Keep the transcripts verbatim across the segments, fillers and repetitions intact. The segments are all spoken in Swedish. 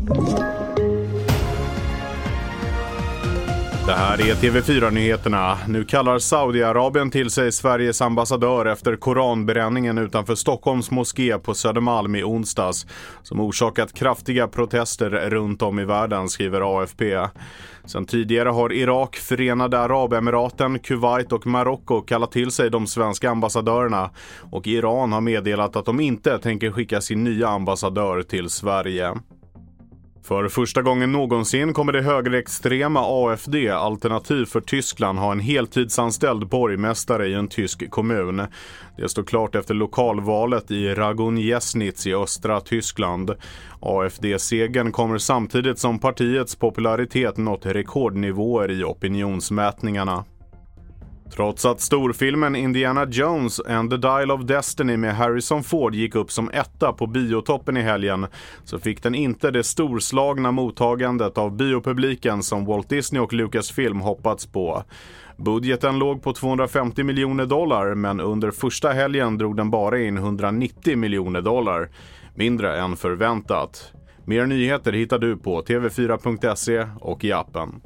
Det här är T V fyra-nyheterna. Nu kallar Saudiarabien till sig Sveriges ambassadör efter koranbränningen utanför Stockholms moské på Södermalm i onsdags, som orsakat kraftiga protester runt om i världen, skriver A F P. Sen tidigare har Irak, Förenade Arabemiraten, Kuwait och Marocko kallat till sig de svenska ambassadörerna, och Iran har meddelat att de inte tänker skicka sin nya ambassadör till Sverige. För första gången någonsin kommer det högerextrema A F D, Alternativ för Tyskland, ha en heltidsanställd borgmästare i en tysk kommun. Det står klart efter lokalvalet i Ragun-Jesnitz i östra Tyskland. A F D-segern kommer samtidigt som partiets popularitet nått rekordnivåer i opinionsmätningarna. Trots att storfilmen Indiana Jones and the Dial of Destiny med Harrison Ford gick upp som etta på biotoppen i helgen, så fick den inte det storslagna mottagandet av biopubliken som Walt Disney och Lucasfilm hoppats på. Budgeten låg på tvåhundrafemtio miljoner dollar, men under första helgen drog den bara in hundranittio miljoner dollar, mindre än förväntat. Mer nyheter hittar du på t v fyra punkt se och i appen.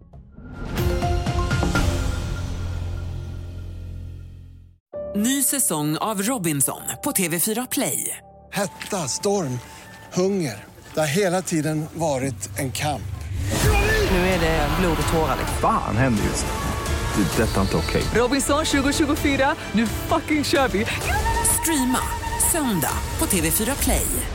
Ny säsong av Robinson på T V fyra Play. Hetta, storm, hunger. Det har hela tiden varit en kamp. Nu är det blod och tårar. Fan, händer just det. Det är detta inte okej. Robinson tjugo tjugofyra, nu fucking kör vi. Streama söndag på T V fyra Play.